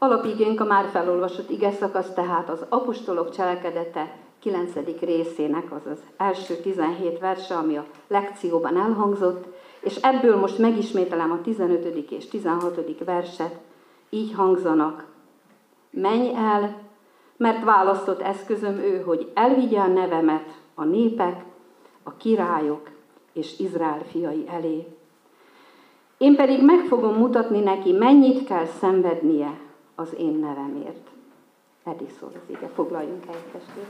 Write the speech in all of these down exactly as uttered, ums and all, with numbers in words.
Alapigénk a már felolvasott igeszakasz, tehát az apostolok cselekedete kilencedik részének, az az első tizenhét verse, ami a lekcióban elhangzott, és ebből most megismételem a tizenötödik és tizenhatodik verset, így hangzanak. Menj el, mert választott eszközöm ő, hogy elvigye a nevemet a népek, a királyok és Izrael fiai elé. Én pedig meg fogom mutatni neki, mennyit kell szenvednie az én nevemért. Eddig szól az ige. Foglaljunk el, testvérek.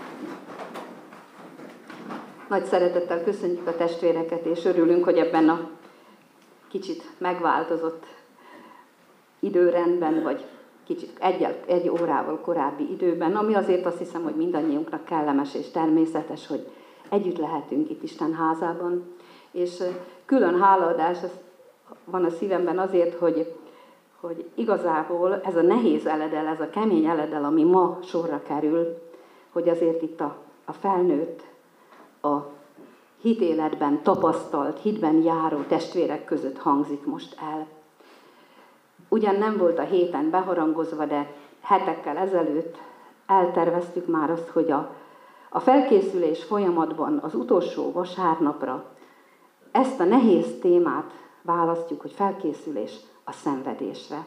Nagy szeretettel köszönjük a testvéreket, és örülünk, hogy ebben a kicsit megváltozott időrendben, vagy kicsit egy, egy órával korábbi időben, ami azért azt hiszem, hogy mindannyiunknak kellemes és természetes, hogy együtt lehetünk itt Isten házában. És külön hálaadás van a szívemben azért, hogy, hogy igazából ez a nehéz eledel, ez a kemény eledel, ami ma sorra kerül, hogy azért itt a, a felnőtt, a hitéletben tapasztalt, hitben járó testvérek között hangzik most el. Ugyan nem volt a héten beharangozva, de hetekkel ezelőtt elterveztük már azt, hogy a, a felkészülés folyamatban az utolsó vasárnapra ezt a nehéz témát választjuk, hogy felkészülés a szenvedésre.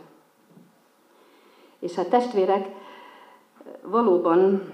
És hát testvérek, valóban,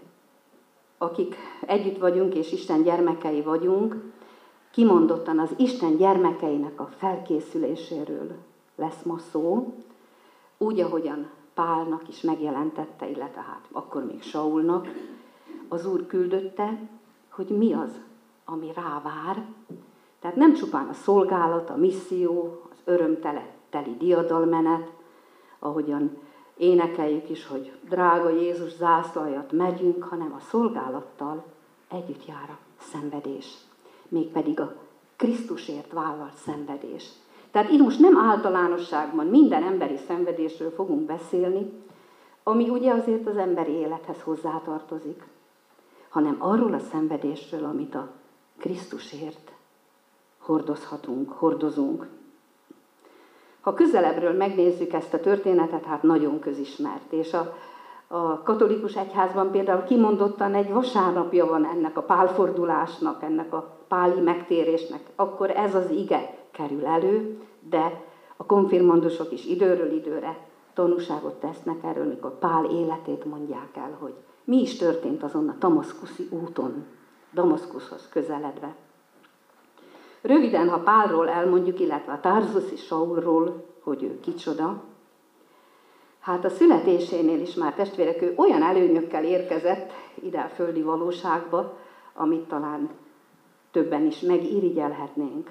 akik együtt vagyunk és Isten gyermekei vagyunk, kimondottan az Isten gyermekeinek a felkészüléséről lesz ma szó, úgy, ahogyan Pálnak is megjelentette, illetve hát akkor még Saulnak, az Úr küldötte, hogy mi az, ami rávár. Tehát nem csupán a szolgálat, a misszió, az örömteli diadalmenet, ahogyan énekeljük is, hogy drága Jézus zászlajat megyünk, hanem a szolgálattal együtt jár a szenvedés. Mégpedig a Krisztusért vállalt szenvedés. Tehát itt most nem általánosságban minden emberi szenvedésről fogunk beszélni, ami ugye azért az emberi élethez hozzátartozik, hanem arról a szenvedésről, amit a Krisztusért hordozhatunk, hordozunk. Ha közelebbről megnézzük ezt a történetet, hát nagyon közismert, és a, a katolikus egyházban például kimondottan egy vasárnapja van ennek a pálfordulásnak, ennek a páli megtérésnek, akkor ez az ige kerül elő, de a konfirmandusok is időről időre tanúságot tesznek erről, mikor Pál életét mondják el, hogy mi is történt azon a damaszkuszi úton, Damaszkuszhoz közeledve. Röviden, ha Pálról elmondjuk, illetve a tarzuszi Saulról, hogy ő kicsoda, hát a születésénél is már testvérek, ő olyan előnyökkel érkezett ide a földi valóságba, amit talán többen is megirigyelhetnénk.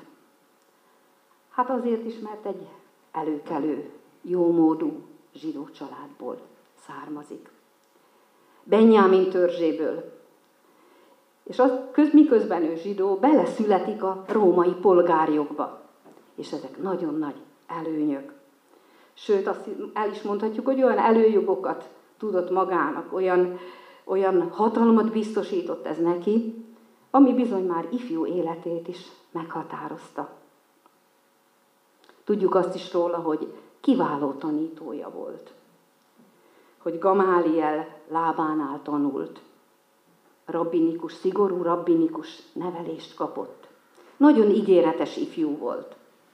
Hát azért is, mert egy előkelő, jómódú zsidó családból származik. Benjámin törzséből. És az, miközben ő zsidó, beleszületik a római polgárjogba. És ezek nagyon nagy előnyök. Sőt, azt el is mondhatjuk, hogy olyan előjogokat tudott magának, olyan, olyan hatalmat biztosított ez neki, ami bizony már ifjú életét is meghatározta. Tudjuk azt is róla, hogy kiváló tanítója volt. Hogy Gamáliel lábánál tanult. Rabbinikus, szigorú rabbinikus nevelést kapott. Nagyon ígéretes ifjú volt.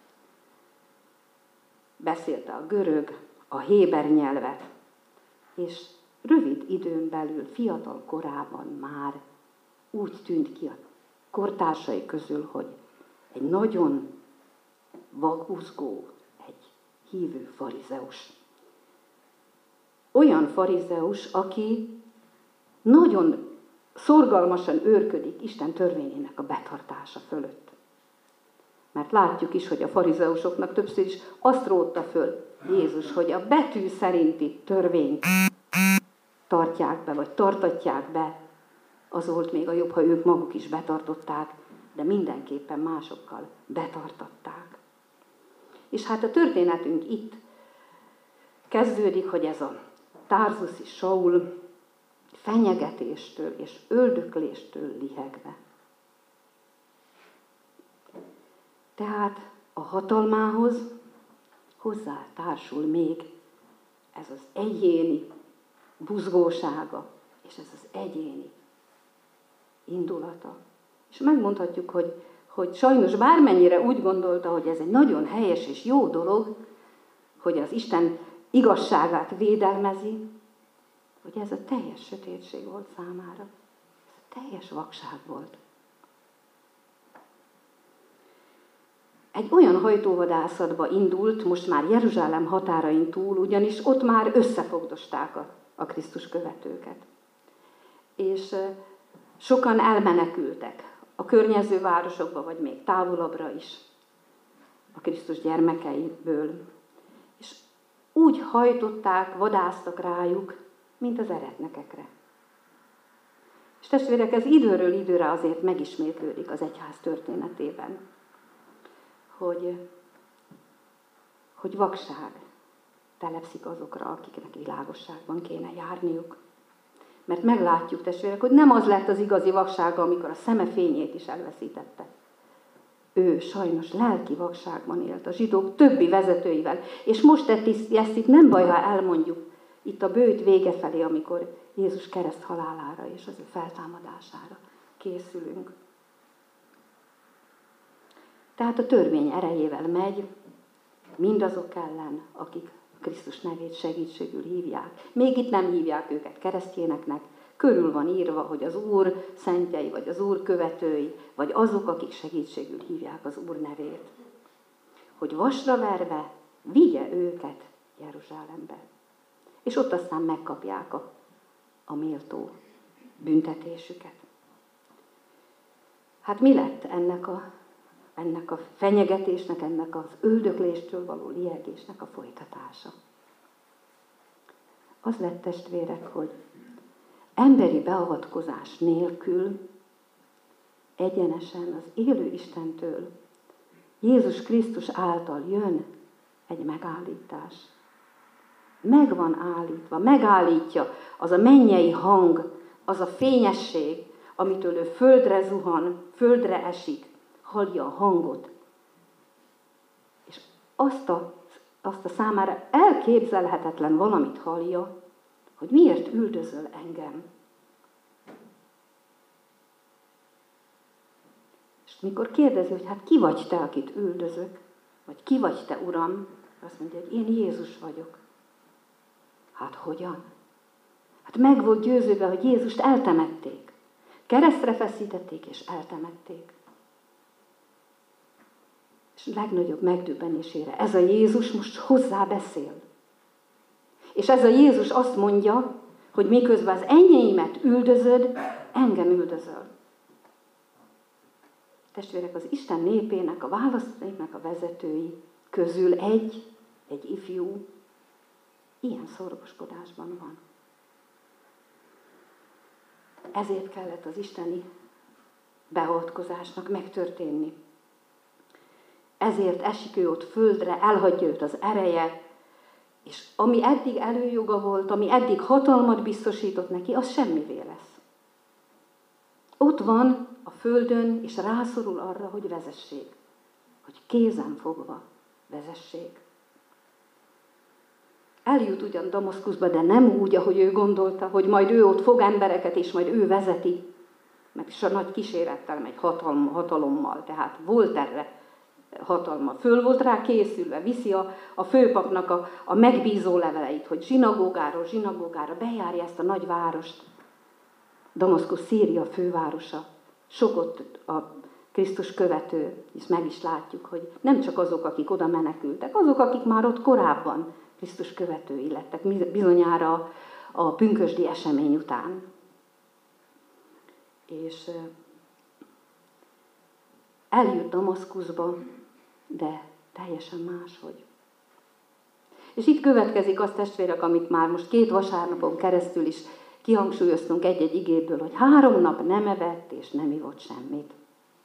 Beszélte a görög, a héber nyelvet, és rövid időn belül, fiatal korában már úgy tűnt ki a kortársai közül, hogy egy nagyon vakbuzgó, egy hívő farizeus. Olyan farizeus, aki nagyon szorgalmasan őrködik Isten törvényének a betartása fölött. Mert látjuk is, hogy a farizeusoknak többször is azt rótta föl Jézus, hogy a betű szerinti törvényt tartják be, vagy tartatják be. Az volt még a jobb, ha ők maguk is betartották, de mindenképpen másokkal betartatták. És hát a történetünk itt kezdődik, hogy ez a tarzuszi Saul fenyegetéstől és öldökléstől lihegve. Tehát a hatalmához hozzá társul még ez ez az egyéni buzgósága, és ez az egyéni indulata. És megmondhatjuk, hogy, hogy sajnos bármennyire úgy gondolta, hogy ez egy nagyon helyes és jó dolog, hogy az Isten igazságát védelmezi, hogy ez a teljes sötétség volt számára. Ez a teljes vakság volt. Egy olyan hajtóvadászatba indult, most már Jeruzsálem határain túl, ugyanis ott már összefogdosták a, a Krisztus követőket. És sokan elmenekültek a környező városokba, vagy még távolabbra is a Krisztus gyermekeiből. És úgy hajtották, vadásztak rájuk, mint az eretnekekre. És testvérek, ez időről időre azért megismétlődik az egyház történetében, hogy, hogy vakság telepszik azokra, akiknek világosságban kéne járniuk. Mert meglátjuk, testvérek, hogy nem az lett az igazi vaksága, amikor a szeme fényét is elveszítette. Ő sajnos lelki vakságban élt a zsidók többi vezetőivel. És most ezt itt nem baj, ha elmondjuk, itt a bőjt vége felé, amikor Jézus kereszt halálára és az ő feltámadására készülünk. Tehát a törvény erejével megy mindazok ellen, akik Krisztus nevét segítségül hívják. Még itt nem hívják őket keresztjéneknek, körül van írva, hogy az Úr szentjei, vagy az Úr követői, vagy azok, akik segítségül hívják az Úr nevét. Hogy vasra verve vigye őket Jeruzsálembe. És ott aztán megkapják a, a méltó büntetésüket. Hát mi lett ennek a, ennek a fenyegetésnek, ennek az öldökléstől való liegésnek a folytatása? Az lett, testvérek, hogy emberi beavatkozás nélkül egyenesen az élő Istentől, Jézus Krisztus által jön egy megállítás. Meg van állítva, megállítja az a mennyei hang, az a fényesség, amitől ő földre zuhan, földre esik, hallja a hangot. És azt a, azt a számára elképzelhetetlen valamit hallja, hogy miért üldözöl engem. És mikor kérdezi, hogy hát ki vagy te, akit üldözök, vagy ki vagy te, Uram, azt mondja, hogy én Jézus vagyok. Hát hogyan? Hát meg volt győződve, hogy Jézust eltemették. Keresztre feszítették és eltemették. És legnagyobb megdöbbenésére ez a Jézus most hozzá beszél. És ez a Jézus azt mondja, hogy miközben az ennyeimet üldözöd, engem üldözöl. Testvérek, az Isten népének, a választott népnek a vezetői közül egy, egy ifjú, ilyen szorgoskodásban van. Ezért kellett az isteni beavatkozásnak megtörténni. Ezért esik ő ott földre, elhagyja őt az ereje, és ami eddig előjoga volt, ami eddig hatalmat biztosított neki, az semmivé lesz. Ott van a földön, és rászorul arra, hogy vezessék. Hogy kézen fogva vezessék. Eljut ugyan Damaszkuszba, de nem úgy, ahogy ő gondolta, hogy majd ő ott fog embereket, és majd ő vezeti, meg is a nagy kísérettel, meg hatalom, hatalommal. Tehát volt erre hatalma. Föl volt rá készülve, viszi a, a főpapnak a, a megbízó leveleit, hogy zsinagógáról zsinagógára bejárja ezt a nagy várost. Damaszkusz Szíria fővárosa. Sok ott a Krisztus követő, és meg is látjuk, hogy nem csak azok, akik oda menekültek, azok, akik már ott korábban Krisztus követői lettek, bizonyára a pünkösdi esemény után. És eljut Damaszkuszba, de teljesen máshogy. És itt következik az, testvérek, amit már most két vasárnapon keresztül is kihangsúlyoztunk egy-egy igéből, hogy három nap nem evett és nem ivott semmit.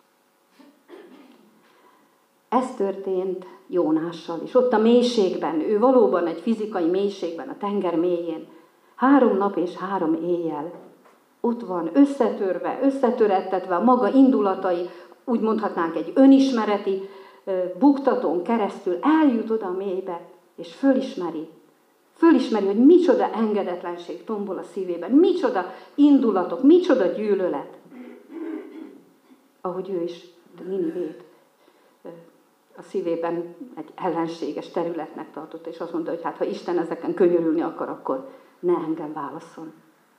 Ez történt Jónással is. Ott a mélységben, ő valóban egy fizikai mélységben, a tenger mélyén, három nap és három éjjel ott van, összetörve, összetörettetve a maga indulatai, úgy mondhatnánk egy önismereti buktatón keresztül eljut oda a mélybe, és fölismeri, Fölismeri, hogy micsoda engedetlenség tombol a szívében, micsoda indulatok, micsoda gyűlölet. Ahogy ő is Ninivét a szívében egy ellenséges területnek tartotta, és azt mondta, hogy hát ha Isten ezeken könyörülni akar, akkor ne engem válaszol.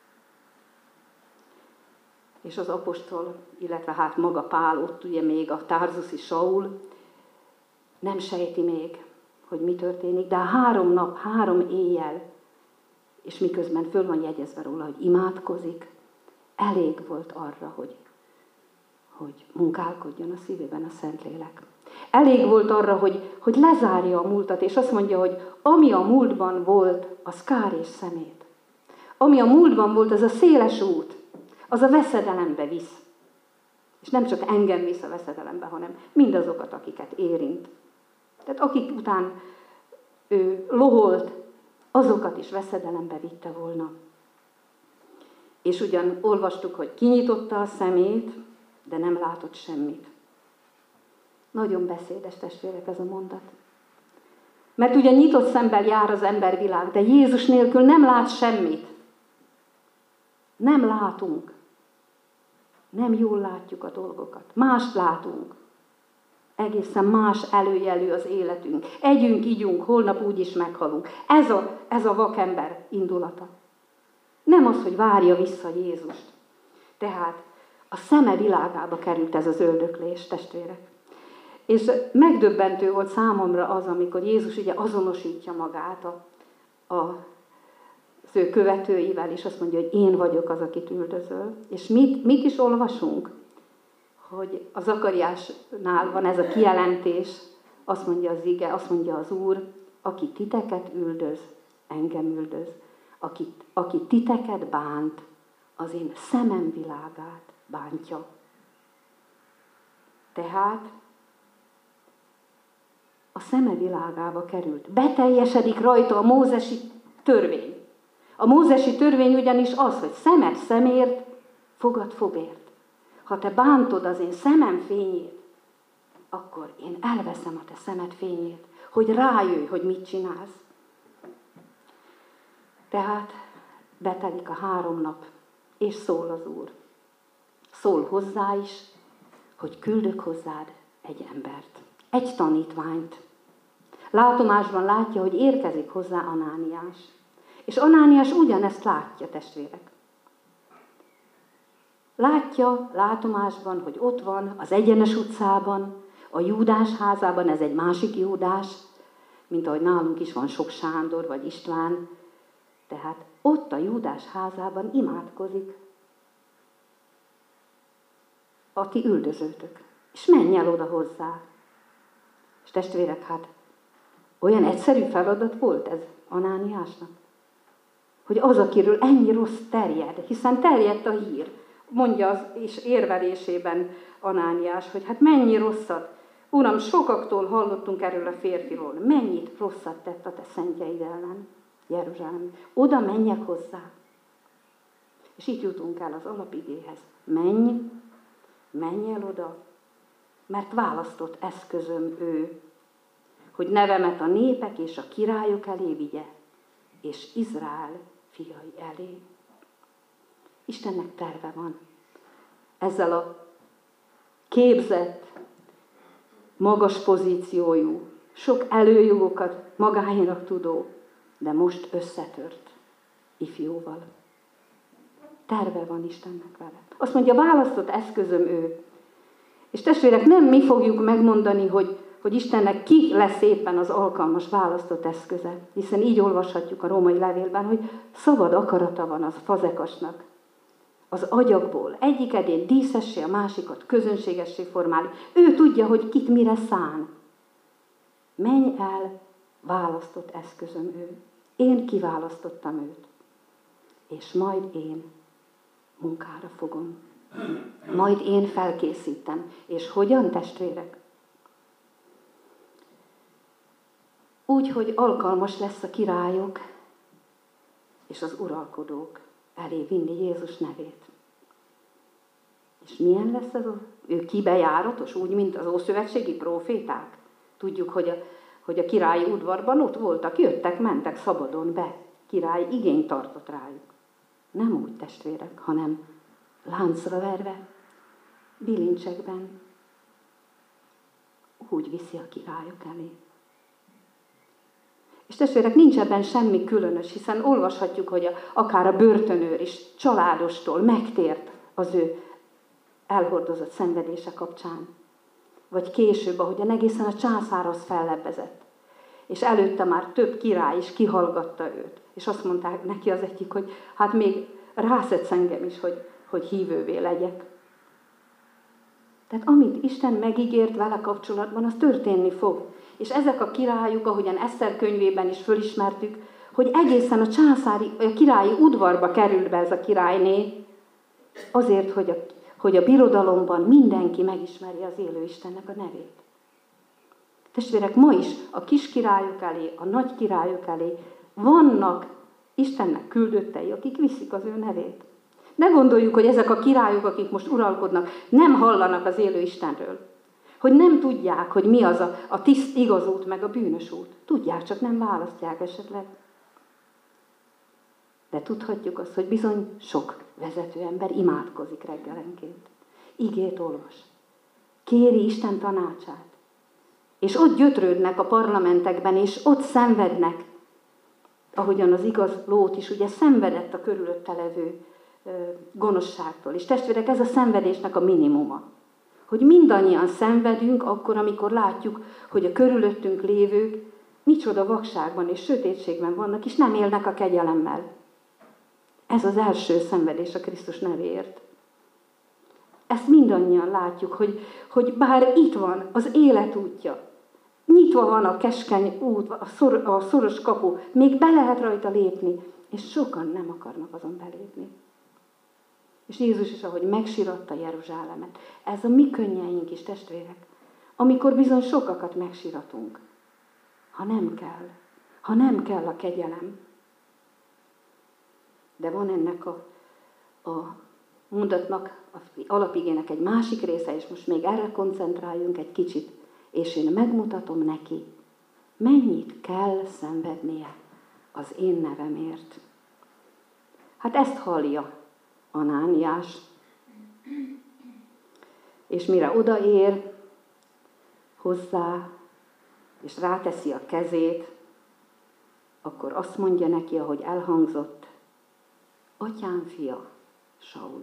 És az apostol, illetve hát maga Pál, ott ugye még a tárzuszi Saul nem sejti még, hogy mi történik, de három nap, három éjjel, és miközben föl van jegyezve róla, hogy imádkozik, elég volt arra, hogy, hogy munkálkodjon a szívében a Szentlélek. Elég volt arra, hogy, hogy lezárja a múltat, és azt mondja, hogy ami a múltban volt, az kár és szemét. Ami a múltban volt, az a széles út, az a veszedelembe visz. És nem csak engem visz a veszedelembe, hanem mindazokat, akiket érint. Tehát akik után ő loholt, azokat is veszedelembe vitte volna. És ugyan olvastuk, hogy kinyitotta a szemét, de nem látott semmit. Nagyon beszédes, testvérek, ez a mondat. Mert ugye nyitott szemmel jár az embervilág, de Jézus nélkül nem lát semmit. Nem látunk. Nem jól látjuk a dolgokat. Mást látunk. Egészen más előjelű az életünk. Együnk, ígyunk, holnap úgyis meghalunk. Ez a, ez a vakember indulata. Nem az, hogy várja vissza Jézust. Tehát a szeme világába került ez az öldöklés, testvérek. És megdöbbentő volt számomra az, amikor Jézus ugye azonosítja magát a, a, az ő követőivel, és azt mondja, hogy én vagyok az, akit üldözöl. És mit, mit is olvasunk? Hogy a Zakariásnál van ez a kijelentés, azt mondja az ige, azt mondja az Úr, aki titeket üldöz, engem üldöz. Aki, aki titeket bánt, az én szemem világát bántja. Tehát a szeme világába került. Beteljesedik rajta a mózesi törvény. A mózesi törvény ugyanis az, hogy szemed szemért, fogad fogért. Ha te bántod az én szemem fényét, akkor én elveszem a te szemed fényét, hogy rájöjj, hogy mit csinálsz. Tehát betelik a három nap, és szól az Úr. Szól hozzá is, hogy küldök hozzád egy embert, egy tanítványt. Látomásban látja, hogy érkezik hozzá Anániás. És Anániás ugyanezt látja, testvérek. Látja látomásban, hogy ott van az Egyenes utcában, a Júdás házában, ez egy másik Júdás, mint ahogy nálunk is van sok Sándor vagy István. Tehát ott a Júdás házában imádkozik a ti üldözőtök. És menj el oda hozzá. És testvérek, hát olyan egyszerű feladat volt ez Anániásnak, hogy az, akiről ennyi rossz terjed, hiszen terjedt a hír, mondja az és érvelésében Anániás, hogy hát mennyi rosszat, Uram, sokaktól hallottunk erről a férfiról, mennyit rosszat tett a te szentjeid ellen, Jeruzsálem. Oda menjek hozzá. És itt jutunk el az alapigéhez. Menj, menj el oda, mert választott eszközöm ő, hogy nevemet a népek és a királyok elé vigye, és Izrael fiai elé. Istennek terve van. Ezzel a képzett, magas pozíciójú, sok előjogokat magáénak tudó, de most összetört ifjúval. Terve van Istennek vele. Azt mondja, választott eszközöm ő. És testvérek, nem mi fogjuk megmondani, hogy, hogy Istennek ki lesz éppen az alkalmas választott eszköze. Hiszen így olvashatjuk a római levélben, hogy szabad akarata van az Fazekasnak. Az agyagból egyik edény díszessé, a másikat közönségessé formálni. Ő tudja, hogy kit mire szán. Menj el, választott eszközöm ő. Én kiválasztottam őt. És majd én munkára fogom. Majd én felkészítem. És hogyan, testvérek? Úgy, hogy alkalmas lesz a királyok és az uralkodók elé vinni Jézus nevét. És milyen lesz ez? A, ő kibejáratos, úgy, mint az ószövetségi próféták? Tudjuk, hogy, a, hogy a királyi udvarban ott voltak, jöttek, mentek szabadon be. Király igényt tartott rájuk. Nem úgy, testvérek, hanem láncra verve, bilincsekben. Úgy viszi a királyok elé. És testvérek, nincs ebben semmi különös, hiszen olvashatjuk, hogy a, akár a börtönőr is családostól megtért az ő elhordozott szenvedése kapcsán. Vagy később, ahogyan egészen a császárhoz fellebbezett. És előtte már több király is kihallgatta őt. És azt mondták neki az egyik, hogy hát még rászedsz engem is, hogy, hogy hívővé legyek. Tehát amit Isten megígért vele kapcsolatban, az történni fog. És ezek a királyok, ahogyan Eszter könyvében is fölismertük, hogy egészen a császári, a királyi udvarba került be ez a királyné, azért, hogy a, hogy a birodalomban mindenki megismeri az élő Istennek a nevét. Testvérek, ma is a kis királyok elé, a nagy királyok elé vannak Istennek küldöttei, akik viszik az ő nevét. Ne gondoljuk, hogy ezek a királyok, akik most uralkodnak, nem hallanak az élő Istenről. Hogy nem tudják, hogy mi az a, a tiszt igaz út, meg a bűnös út. Tudják, csak nem választják esetleg. De tudhatjuk azt, hogy bizony sok vezető ember imádkozik reggelenként. Igét olvas. Kéri Isten tanácsát. És ott gyötrődnek a parlamentekben, és ott szenvednek. Ahogyan az igaz Lót is ugye szenvedett a körülötte levő gonoszságtól. És testvérek, ez a szenvedésnek a minimuma. Hogy mindannyian szenvedünk akkor, amikor látjuk, hogy a körülöttünk lévők micsoda vakságban és sötétségben vannak, és nem élnek a kegyelemmel. Ez az első szenvedés a Krisztus nevéért. Ezt mindannyian látjuk, hogy, hogy bár itt van az élet útja, nyitva van a keskeny út, a, szor, a szoros kapu, még be lehet rajta lépni, és sokan nem akarnak azon belépni. És Jézus is, ahogy megsiratta Jeruzsálemet. Ez a mi könnyeink is, testvérek. Amikor bizony sokakat megsiratunk. Ha nem kell. Ha nem kell a kegyelem. De van ennek a, a mondatnak, az alapigének egy másik része, és most még erre koncentráljunk egy kicsit. És én megmutatom neki, mennyit kell szenvednie az én nevemért. Hát ezt hallja Anániás, és mire odaér hozzá, és ráteszi a kezét, akkor azt mondja neki, ahogy elhangzott, atyám fia, Saul.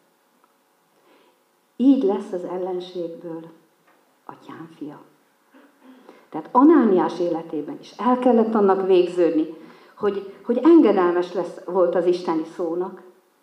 Így lesz az ellenségből atyám fia. Tehát Anániás életében is el kellett annak végződni, hogy, hogy engedelmes lesz, volt az isteni szónak,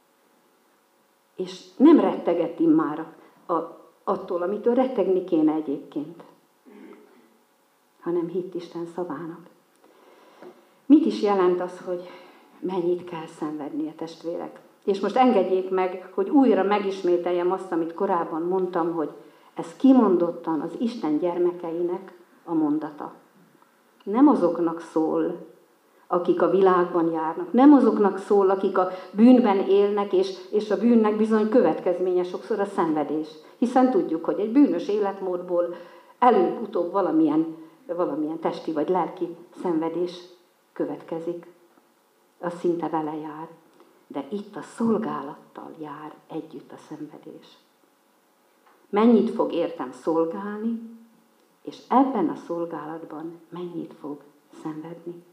és nem rettegett immára a, attól, amitől rettegni kéne egyébként, hanem hitt Isten szavának. Mit is jelent az, hogy mennyit kell szenvednie, testvérek? És most engedjék meg, hogy újra megismételjem azt, amit korábban mondtam, hogy ez kimondottan az Isten gyermekeinek a mondata. Nem azoknak szól, akik a világban járnak. Nem azoknak szól, akik a bűnben élnek, és, és a bűnnek bizony következménye sokszor a szenvedés. Hiszen tudjuk, hogy egy bűnös életmódból előbb-utóbb valamilyen, valamilyen testi vagy lelki szenvedés következik. Az szinte vele jár. De itt a szolgálattal jár együtt a szenvedés. Mennyit fog értem szolgálni, és ebben a szolgálatban mennyit fog szenvedni.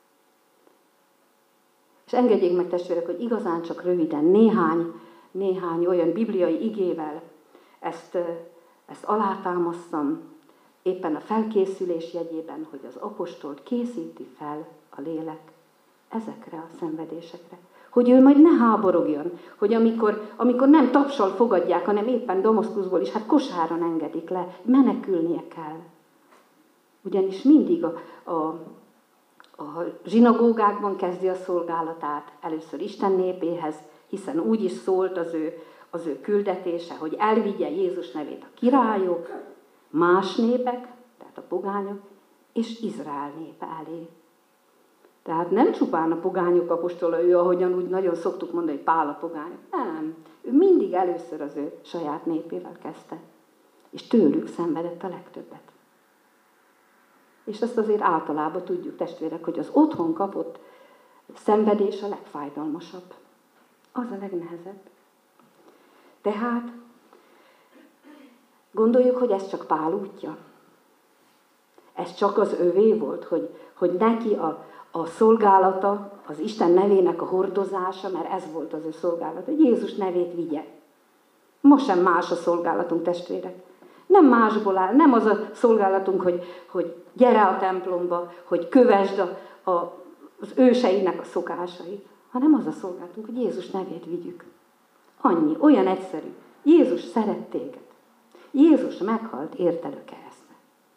És engedjék meg, testvérek, hogy igazán csak röviden néhány, néhány olyan bibliai igével ezt, ezt alátámasztam, éppen a felkészülés jegyében, hogy az apostolt készíti fel a lélek ezekre a szenvedésekre. Hogy ő majd ne háborogjon, hogy amikor, amikor nem tapsal fogadják, hanem éppen Damaszkuszból is, hát kosáron engedik le, menekülnie kell. Ugyanis mindig a, a, a zsinagógákban kezdi a szolgálatát, először Isten népéhez, hiszen úgy is szólt az ő, az ő küldetése, hogy elvigye Jézus nevét a királyok, más népek, tehát a pogányok, és Izrael népe elé. Tehát nem csupán a pogányok apostola, ő, ahogyan úgy nagyon szoktuk mondani, hogy Pál a pogányok. Nem, ő mindig először az ő saját népével kezdte. És tőlük szenvedett a legtöbbet. És ezt azért általában tudjuk, testvérek, hogy az otthon kapott szenvedés a legfájdalmasabb. Az a legnehezebb. Tehát gondoljuk, hogy ez csak Pál útja. Ez csak az övé volt, hogy, hogy neki a, a szolgálata, az Isten nevének a hordozása, mert ez volt az ő szolgálata, hogy Jézus nevét vigye. Most sem más a szolgálatunk, testvérek. Nem másból áll, nem az a szolgálatunk, hogy, hogy gyere a templomba, hogy kövesd a, a, az őseinek a szokásait, hanem az a szolgálatunk, hogy Jézus nevét vigyük. Annyi, olyan egyszerű. Jézus szeret téged. Jézus meghalt, érted a keresztre.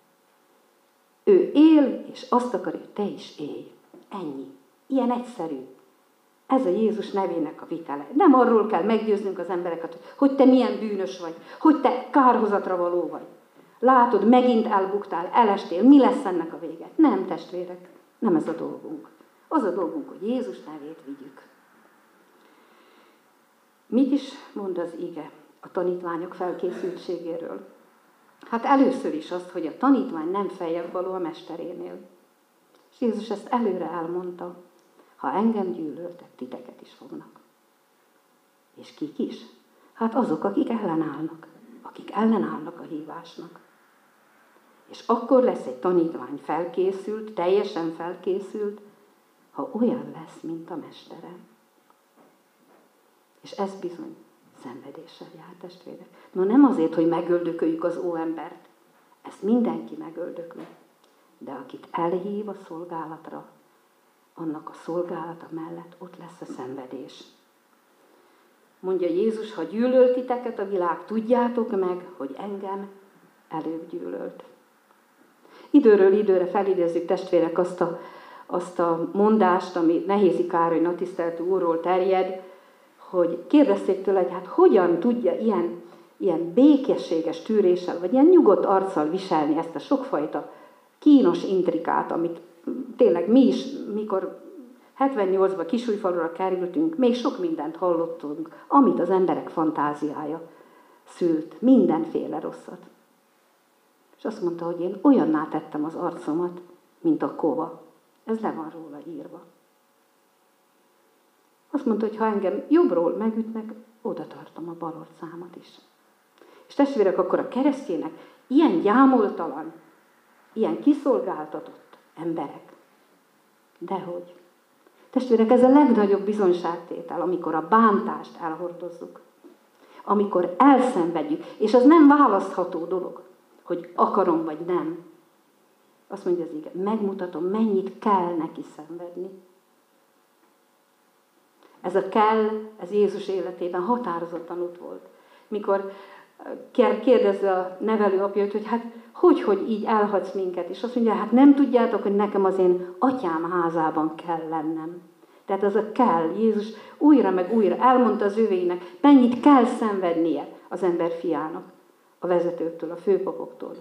Ő él, és azt akar, hogy te is élj. Ennyi. Ilyen egyszerű. Ez a Jézus nevének a vitele. Nem arról kell meggyőznünk az embereket, hogy te milyen bűnös vagy, hogy te kárhozatra való vagy. Látod, megint elbuktál, elestél, mi lesz ennek a vége? Nem, testvérek, nem ez a dolgunk. Az a dolgunk, hogy Jézus nevét vigyük. Mit is mond az ige a tanítványok felkészültségéről? Hát először is azt, hogy a tanítvány nem feljebb való a mesterénél. És Jézus ezt előre elmondta. Ha engem gyűlöltek, titeket is fognak. És kik is? Hát azok, akik ellenállnak. Akik ellenállnak a hívásnak. És akkor lesz egy tanítvány felkészült, teljesen felkészült, ha olyan lesz, mint a mestere. És ez bizony szenvedéssel jár, testvérek. No nem azért, hogy megöldököljük az óembert. Ezt mindenki megöldökli. De akit elhív a szolgálatra, annak a szolgálata mellett ott lesz a szenvedés. Mondja Jézus, ha gyűlölt titeket a világ, tudjátok meg, hogy engem előbb gyűlölt. Időről időre felidézzük, testvérek, azt a, azt a mondást, ami Nehézi Károly nagytiszteletű úrról terjed, hogy kérdezték tőle, hogy hát hogyan tudja ilyen, ilyen békességes tűréssel, vagy ilyen nyugodt arccal viselni ezt a sokfajta kínos intrikát, amit tényleg mi is, mikor hetvennyolcban Kisújfalura kerültünk, még sok mindent hallottunk, amit az emberek fantáziája szült, mindenféle rosszat. És azt mondta, hogy én olyanná tettem az arcomat, mint a kova. Ez le van róla írva. Azt mondta, hogy ha engem jobbról megütnek, oda tartom a bal orcámat is. És testvérek, akkor a keresztjének ilyen gyámoltalan, ilyen kiszolgáltatott emberek. Dehogy. Testvérek, ez a legnagyobb bizonyságtétel, amikor a bántást elhordozzuk. Amikor elszenvedjük, és az nem választható dolog, hogy akarom vagy nem. Azt mondja az ige, megmutatom, mennyit kell neki szenvedni. Ez a kell, ez Jézus életében határozottan ott volt. Mikor kérdezze a nevelőapjait, hogy hát hogy, hogy így elhagysz minket? És azt mondja, hát nem tudjátok, hogy nekem az én atyám házában kell lennem. Tehát az a kell, Jézus újra meg újra elmondta az övéinek, mennyit kell szenvednie az ember fiának, a vezetőktől, a főpapoktól.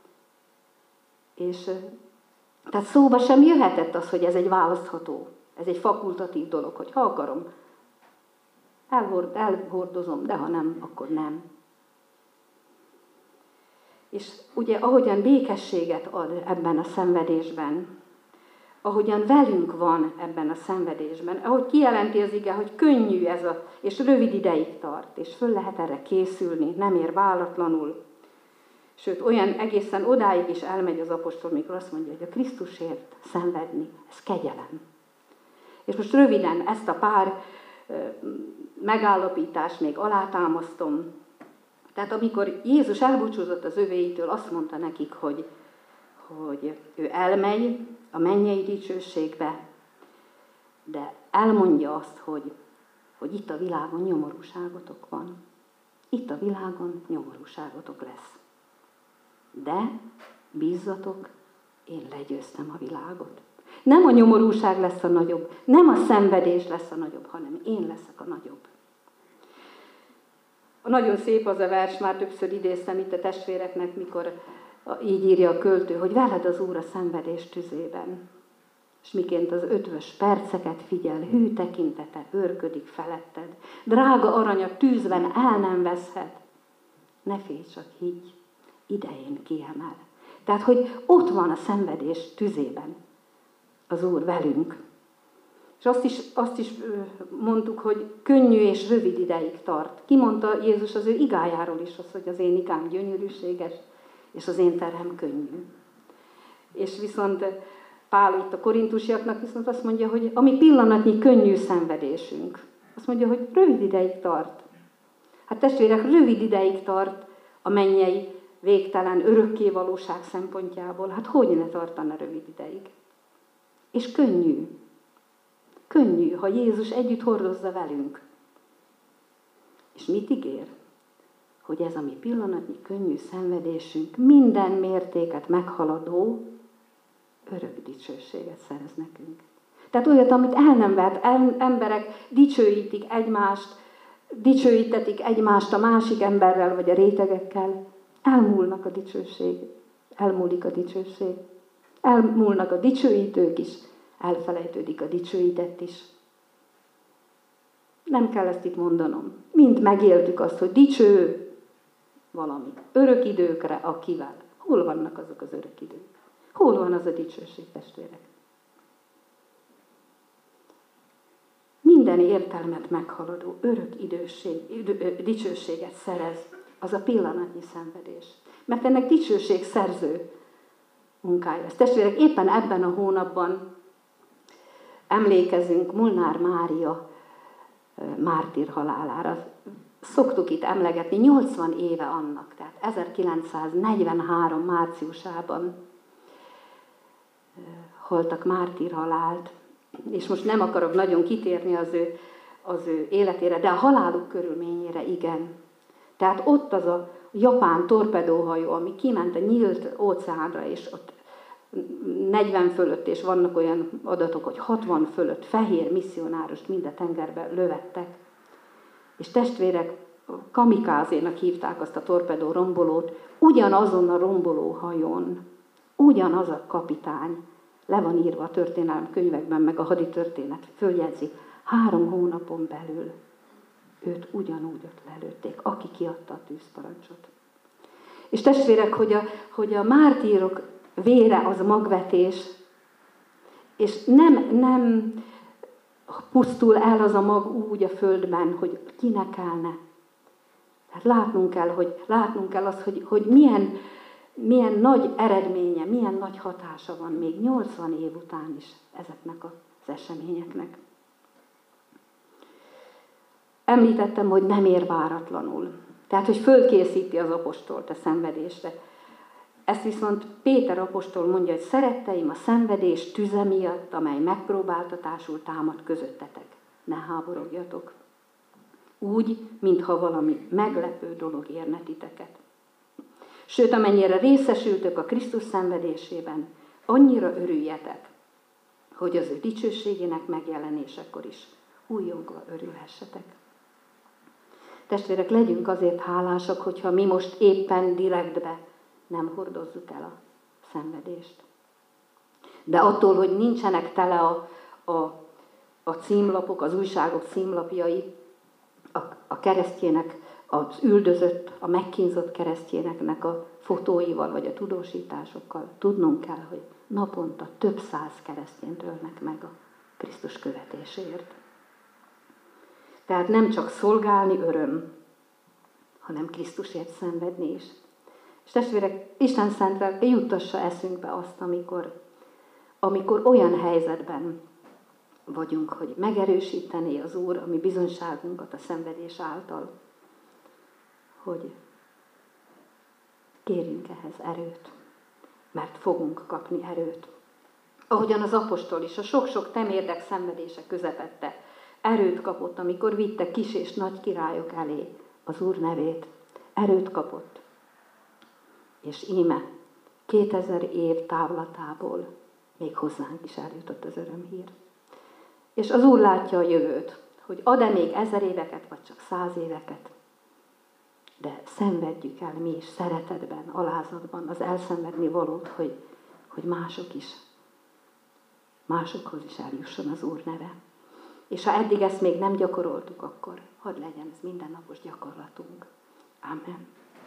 És tehát szóba sem jöhetett az, hogy ez egy választható, ez egy fakultatív dolog, hogy ha akarom, elhord, elhordozom, de ha nem, akkor nem. És ugye ahogyan békességet ad ebben a szenvedésben, ahogyan velünk van ebben a szenvedésben, ahogy kijelenti az ige, hogy könnyű ez a, és rövid ideig tart, és föl lehet erre készülni, nem ér váratlanul. Sőt, olyan egészen odáig is elmegy az apostol, mikor azt mondja, hogy a Krisztusért szenvedni, ez kegyelem. És most röviden ezt a pár megállapítást még alátámasztom. Tehát amikor Jézus elbúcsúzott az övéitől, azt mondta nekik, hogy, hogy ő elmegy a mennyei dicsőségbe, de elmondja azt, hogy, hogy itt a világon nyomorúságotok van. Itt a világon nyomorúságotok lesz. De bízzatok, én legyőztem a világot. Nem a nyomorúság lesz a nagyobb, nem a szenvedés lesz a nagyobb, hanem én leszek a nagyobb. Nagyon szép az a vers, már többször idéztem itt a testvéreknek, mikor így írja a költő, hogy veled az Úr a szenvedés tüzében. És miként az ötvös perceket figyel, hű tekintete őrködik feletted. Drága aranya tűzben el nem veszhet. Ne félj, csak higgy, idején kiemel. Tehát, hogy ott van a szenvedés tüzében az Úr velünk. És azt is, azt is mondtuk, hogy könnyű és rövid ideig tart. Kimondta Jézus az ő igájáról is azt, hogy az én igám gyönyörűséges, és az én terhem könnyű. És viszont Pál itt a korintusiaknak viszont azt mondja, hogy a mi pillanatnyi könnyű szenvedésünk. Azt mondja, hogy rövid ideig tart. Hát testvérek, rövid ideig tart a mennyei végtelen örökké valóság szempontjából. Hát hogy ne tartana rövid ideig? És könnyű. Könnyű, ha Jézus együtt hordozza velünk. És mit ígér? Hogy ez a mi pillanatnyi könnyű szenvedésünk minden mértéket meghaladó örök dicsőséget szerez nekünk. Tehát olyat, amit el nem vett, emberek dicsőítik egymást, dicsőítetik egymást a másik emberrel, vagy a rétegekkel, elmúlnak a dicsőség, elmúlik a dicsőség. Elmúlnak a dicsőítők is, elfelejtődik a dicsőített is. Nem kell ezt itt mondanom. Mind megéltük azt, hogy dicső valami. Örök időkre, akivel. Hol vannak azok az örök idők? Hol van az a dicsőség, testvérek? Minden értelmet meghaladó örök időség, idő, dicsőséget szerez az a pillanatnyi szenvedés. Mert ennek dicsőség szerző munkája lesz. Testvérek, éppen ebben a hónapban emlékezünk Molnár Mária mártír halálára. Szoktuk itt emlegetni, nyolcvan éve annak, tehát ezerkilencszáznegyvenhárom márciusában haltak mártír halált, és most nem akarok nagyon kitérni az ő, az ő életére, de a haláluk körülményére igen. Tehát ott az a japán torpedóhajó, ami kiment a nyílt óceánra, és ott negyven fölött, és vannak olyan adatok, hogy hatvan fölött fehér misszionárost mind a tengerbe lövettek. És testvérek, kamikázénak hívták azt a torpedó rombolót, ugyanazon a romboló hajón, ugyanaz a kapitány, le van írva a történelem könyvekben, meg a haditörténet följegyzi, három hónapon belül őt ugyanúgy ott lelőtték, aki kiadta a tűzparancsot. És testvérek, hogy a, hogy a mártírok vére az magvetés, és nem, nem pusztul el az a mag úgy a földben, hogy kinekelne. Tehát látnunk kell, hogy, látnunk kell azt, hogy, hogy milyen, milyen nagy eredménye, milyen nagy hatása van még nyolcvan év után is ezeknek az eseményeknek. Említettem, hogy nem ér váratlanul. Tehát, hogy fölkészíti az apostolt a szenvedésre. Ezt viszont Péter apostol mondja, hogy szeretteim, a szenvedés tüze miatt, amely megpróbáltatásul támad közöttetek. Ne háborogjatok. Úgy, mintha valami meglepő dolog érne titeket. Sőt, amennyire részesültök a Krisztus szenvedésében, annyira örüljetek, hogy az ő dicsőségének megjelenésekor is újjongva örülhessetek. Testvérek, legyünk azért hálásak, hogyha mi most éppen direktbe nem hordozzuk el a szenvedést. De attól, hogy nincsenek tele a, a, a címlapok, az újságok címlapjai, a, a keresztjének, az üldözött, a megkínzott keresztjéneknek a fotóival, vagy a tudósításokkal, tudnunk kell, hogy naponta több száz keresztjént ölnek meg a Krisztus követéséért. Tehát nem csak szolgálni öröm, hanem Krisztusért szenvedni is. És testvérek, Isten szent lelke juttassa eszünkbe azt, amikor, amikor olyan helyzetben vagyunk, hogy megerősítené az Úr a mi bizonyságunkat a szenvedés által, hogy kérjünk ehhez erőt, mert fogunk kapni erőt. Ahogyan az apostol is a sok-sok temérdek szenvedése közepette erőt kapott, amikor vitte kis és nagy királyok elé az Úr nevét. Erőt kapott. És íme, kétezer év távlatából még hozzánk is eljutott az örömhír. És az Úr látja a jövőt, hogy ad-e még ezer éveket, vagy csak száz éveket. De szenvedjük el mi is szeretetben, alázatban az elszenvedni valót, hogy, hogy mások is, másokhoz is eljusson az Úr neve. És ha eddig ezt még nem gyakoroltuk, akkor hadd legyen ez mindennapos gyakorlatunk. Amen.